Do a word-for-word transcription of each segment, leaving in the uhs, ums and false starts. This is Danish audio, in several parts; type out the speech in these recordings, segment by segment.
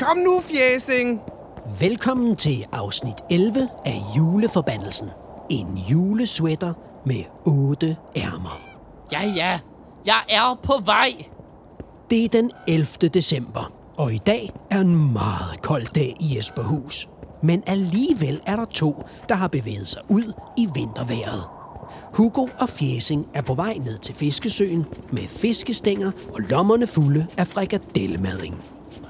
Kom nu, Fjæsing! Velkommen til afsnit elleve af Juleforbandelsen. En julesweater med otte ærmer. Ja, ja. Jeg er på vej. Det er den ellevte december, og i dag er en meget kold dag i Jesperhus. Men alligevel er der to, der har bevæget sig ud i vintervejret. Hugo og Fjæsing er på vej ned til fiskesøen med fiskestænger og lommerne fulde af frikadellemading.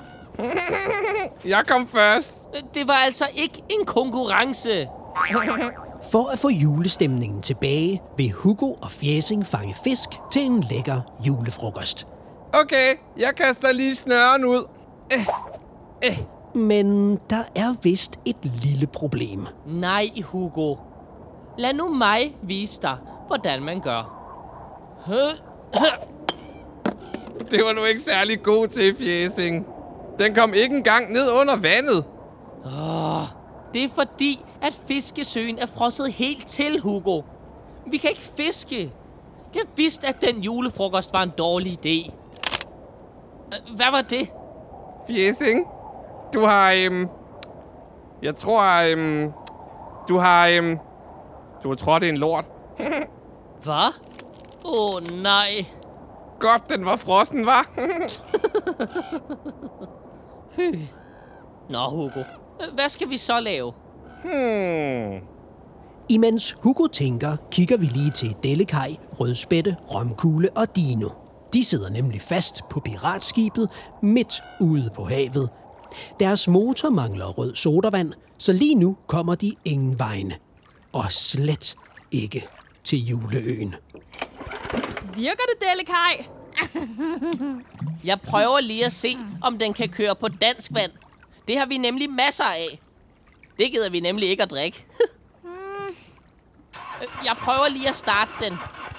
Jeg kom først. Det var altså ikke en konkurrence. For at få julestemningen tilbage, vil Hugo og Fjæsing fange fisk til en lækker julefrokost. Okay, jeg kaster lige snøren ud. Eh. Eh. Men der er vist et lille problem. Nej, Hugo. Lad nu mig vise dig, hvordan man gør. Det var du ikke særlig god til, Fjæsing. Den kom ikke engang ned under vandet. Oh, det er fordi, at fiskesøen er frosset helt til, Hugo. Vi kan ikke fiske. Jeg vidste, at den julefrokost var en dårlig idé. Hvad var det? Fjæsing, du har, øhm... Jeg tror, øhm... Du har, øhm... Du har trådt i en lort. Hvad? Åh, oh, nej. Godt, den var frossen, var. Nå, Hugo. Hvad skal vi så lave? Hmm. Imens Hugo tænker, kigger vi lige til Dellekaj, Rødspætte, Romkugle og Dino. De sidder nemlig fast på piratskibet midt ude på havet. Deres motor mangler rød sodavand, så lige nu kommer de ingen vegne. Og slet ikke til juleøen. Virker det, Dellekaj? Jeg prøver lige at se, om den kan køre på dansk vand. Det har vi nemlig masser af. Det gider vi nemlig ikke at drikke. Jeg prøver lige at starte den.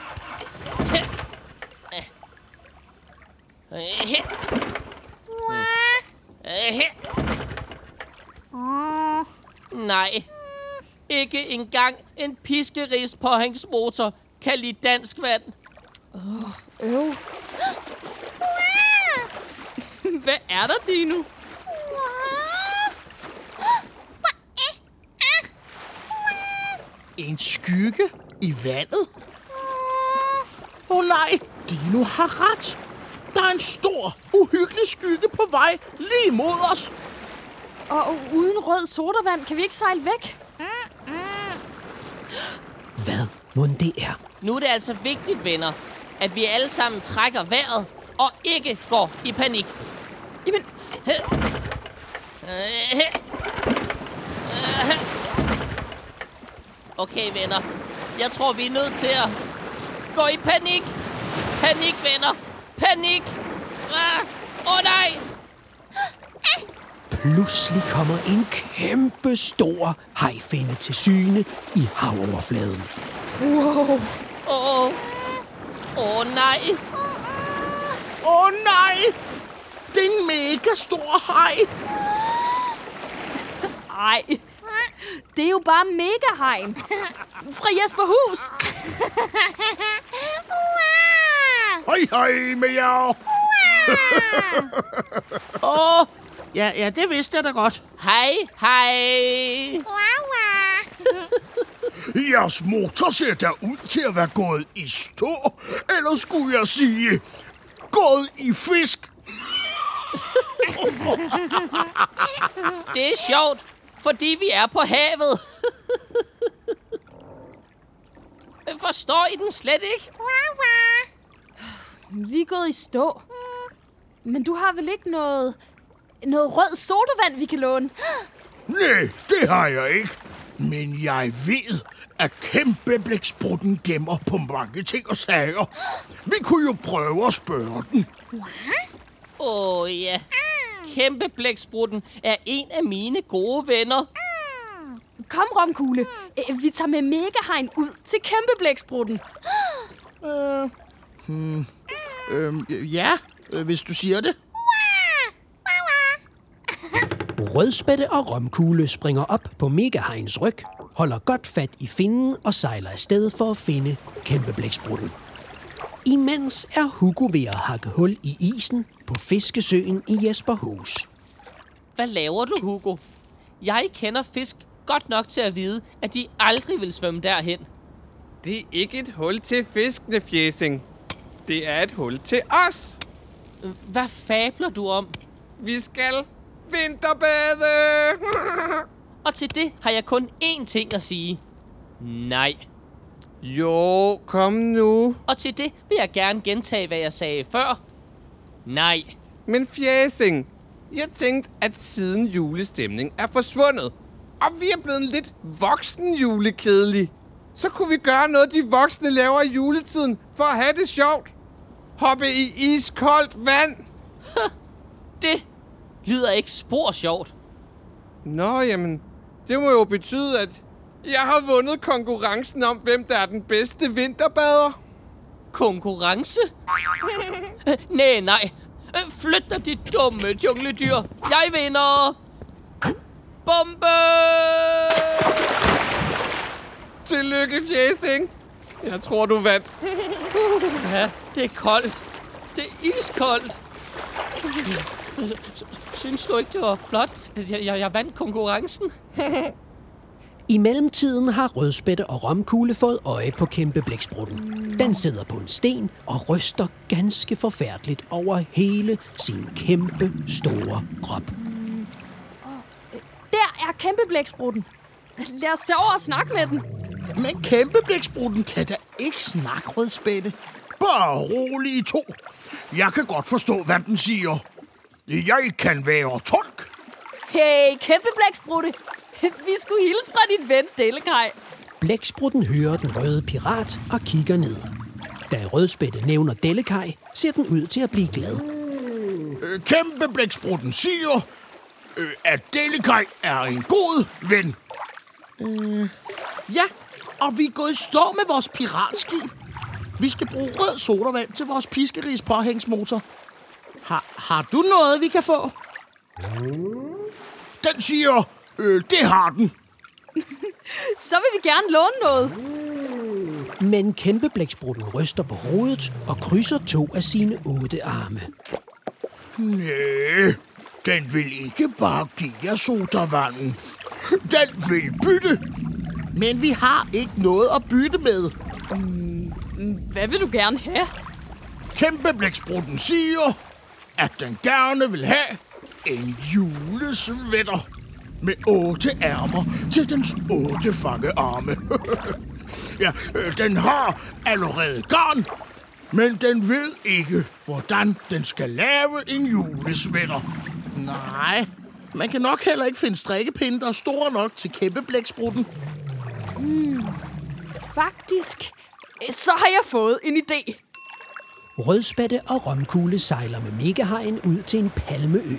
Nej. Ikke engang en piskerigspåhængsmotor kan lide dansk vand. Øv. Hvad er der, Dino? En skygge i vandet? Åh oh, nej, Dino har ret. Der er en stor, uhyggelig skygge på vej lige mod os. Og uden rød sodavand kan vi ikke sejle væk. Hvad mon det er? Nu er det altså vigtigt, venner, at vi alle sammen trækker vejret og ikke går i panik. Jamen, Okay, venner. Jeg tror, vi er nødt til at gå i panik. Panik, venner. Panik. Åh, oh, nej. Pludselig kommer en kæmpe stor hajfinne til syne i havoverfladen. wow. Åh, oh. Åh, oh, nej. Åh oh, nej, det er en mega stor haj. Ej, det er jo bare mega-hegn. Fra Jesperhus. Hej hej med jer. Åh, oh, ja, ja, det vidste jeg da godt. Hej, hej. Jeres motor ser da ud til at være gået i stå. Eller skulle jeg sige, gået i fisk. Det er sjovt, fordi vi er på havet. Forstår I den slet ikke? Vi er gået i stå. Men du har vel ikke noget, noget rød sodavand, vi kan låne? Nej, det har jeg ikke. Men jeg ved, at kæmpe blæksprutten gemmer på mange ting og sager. Vi kunne jo prøve at spørge den. Åh oh, ja. Kæmpe blæksprutten er en af mine gode venner. Kom, Romkugle. Vi tager med mega-hegn ud til kæmpe blæksprutten. Øh, hmm, øh, ja, hvis du siger det. Rødspætte og Romkugle springer op på Megahegns ryg, holder godt fat i finnen og sejler afsted for at finde kæmpeblæksprutten. Imens er Hugo ved at hakke hul i isen på fiskesøen i Jesperhus. Hvad laver du, Hugo? Jeg kender fisk godt nok til at vide, at de aldrig vil svømme derhen. Det er ikke et hul til fiskene, Fjæsing. Det er et hul til os. Hvad fabler du om? Vi skal vinterbade. Og til det har jeg kun én ting at sige. Nej. Jo, kom nu. Og til det vil jeg gerne gentage, hvad jeg sagde før. Nej. Men Fjæsing, jeg tænkte, at siden julestemning er forsvundet, og vi er blevet lidt voksen julekedelig, så kunne vi gøre noget, de voksne laver i juletiden for at have det sjovt. Hoppe i iskoldt vand. Det lyder ikke spor sjovt. Nå, jamen, det må jo betyde, at jeg har vundet konkurrencen om, hvem der er den bedste vinterbader. Konkurrence? Nej, nej. Flyt dig, dit dumme jungledyr. Jeg vinder. Bombe! Tillykke, Fjæsing. Jeg tror, du vandt. Ja, det er koldt. Det er iskoldt. Synes du ikke, det var flot, at jeg, jeg, jeg vandt konkurrencen? I mellemtiden har Rødspætte og Romkugle fået øje på kæmpeblæksprutten. Den sidder på en sten og ryster ganske forfærdeligt over hele sin kæmpe store krop. Der er kæmpeblæksprutten. Lad os tage over og snakke med den. Men kæmpeblæksprutten kan da ikke snakke, Rødspætte. Bare rolig i to. Jeg kan godt forstå, hvad den siger. Jeg kan være tolk. Hey, kæmpeblæksprutte. Vi skulle hilse fra din ven, Dellekaj. Blæksprutten hører den røde pirat og kigger ned. Da Rødspætte nævner Dellekaj, ser den ud til at blive glad. Øh, Kæmpeblæksprutten siger, øh, at Dellekaj er en god ven. Øh, ja, og vi er gået i stå med vores piratskib. Vi skal bruge rød sodavand til vores piskeris påhængsmotor. Har, har du noget, vi kan få? Den siger, øh, det har den. Så vil vi gerne låne noget. Men kæmpeblæksprutten ryster på hovedet og krydser to af sine otte arme. Næh, den vil ikke bare give jer sodavanden. Den vil bytte. Men vi har ikke noget at bytte med. Hvad vil du gerne have? Kæmpeblæksprutten siger, at den gerne vil have en julesvætter med otte ærmer til dens otte fangearme. Ja, øh, den har allerede garn, men den ved ikke, hvordan den skal lave en julesvætter. Nej, man kan nok heller ikke finde strikkepinde, der er store nok til kæmpeblæksprutten. Faktisk, så har jeg fået en idé. Rødspætte og Romkugle sejler med Megahajen ud til en palmeø.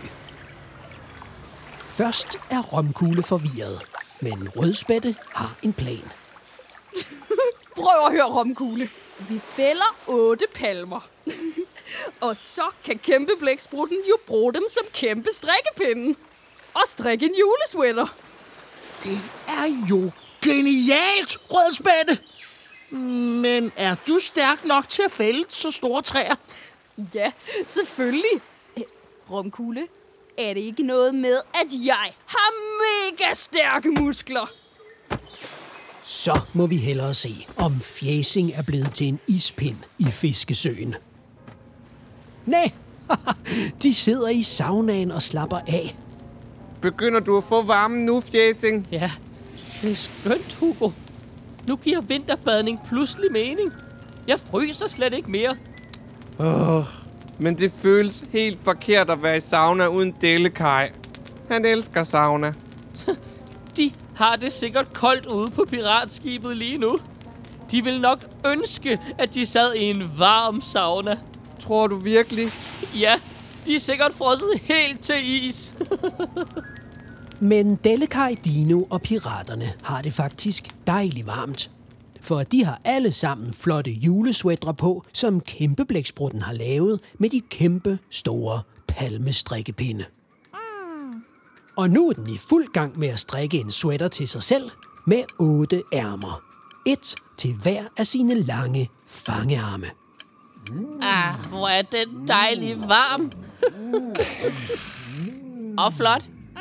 Først er Romkugle forvirret, men Rødspætte har en plan. Prøv at høre, Romkugle. Vi fælder otte palmer. Og så kan kæmpeblæksprutten jo bruge dem som kæmpe strikkepinde. Og strikke en julesweater. Det er jo genialt, Rødspætte! Men er du stærk nok til at fælde så store træer? Ja, selvfølgelig. Øh, Romkugle, er det ikke noget med, at jeg har mega stærke muskler? Så må vi hellere se, om Fjæsing er blevet til en ispind i fiskesøen. Næh, de sidder i saunaen og slapper af. Begynder du at få varmen nu, Fjæsing? Ja, det er skønt, Hugo. Nu giver vinterbadning pludselig mening. Jeg fryser slet ikke mere. Åh, men det føles helt forkert at være i sauna uden Dellekaj. Han elsker sauna. De har det sikkert koldt ude på piratskibet lige nu. De vil nok ønske, at de sad i en varm sauna. Tror du virkelig? Ja, de er sikkert frosset helt til is. Men Dellekaj, Dino og piraterne har det faktisk dejligt varmt. For de har alle sammen flotte julesweatre på, som kæmpeblæksprutten har lavet med de kæmpe store palmestrikkepinde. Og nu er den i fuld gang med at strikke en sweater til sig selv med otte ærmer. Et til hver af sine lange fangearme. Ah, hvor er den dejlig varm. Og flot.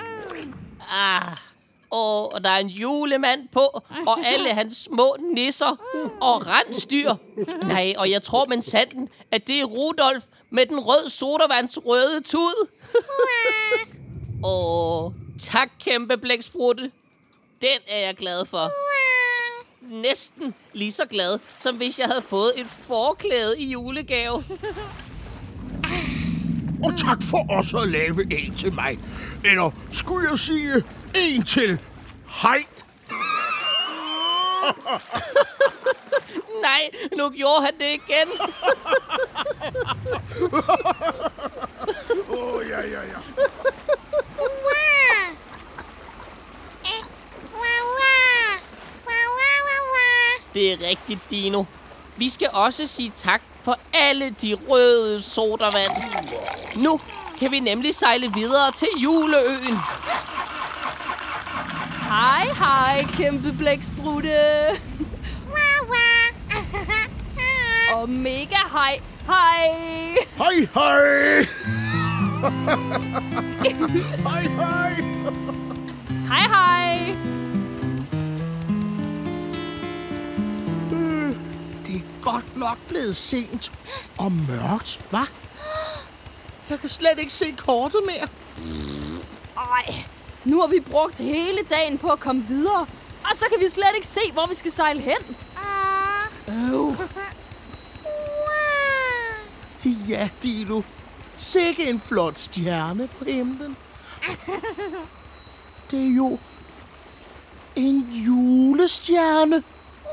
Ah, åh, og der er en julemand på, og alle hans små nisser og rensdyr. Nej, og jeg tror med sanden, at det er Rudolf med den røde sodavands røde tud. Åh, tak kæmpe blæksprutte. Den er jeg glad for. Næsten lige så glad, som hvis jeg havde fået et forklæde i julegave. Og tak for også at lave en til mig. Eller skulle jeg sige en til hej? Nej, nu gjorde han det igen. Åh, oh, ja, ja, ja. Det er rigtigt, Dino. Vi skal også sige tak for alle de røde sodavand. Nu kan vi nemlig sejle videre til Juleøen. Hej, hej, kæmpe blæksprutte. Og mega hej, hej. Hej, hej. Hej, hej. Hej, hej. Det er godt nok blevet sent og mørkt, hva'? Jeg kan slet ikke se kortet mere. Ej, nu har vi brugt hele dagen på at komme videre. Og så kan vi slet ikke se, hvor vi skal sejle hen. Øv. Ja, Dino. Sikke en flot stjerne på himlen. Det er jo en julestjerne.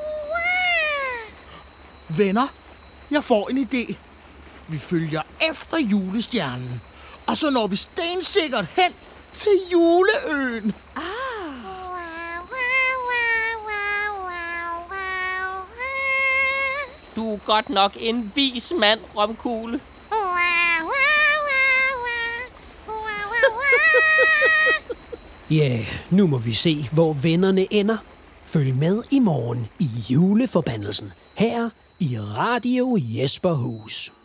Venner, jeg får en idé. Vi følger efter julestjernen, og så når vi stensikkert hen til Juleøen. Du er godt nok en vis mand, Romkugle. Ja, yeah, nu må vi se, hvor vennerne ender. Følg med i morgen i Juleforbandelsen her i Radio Jesperhus.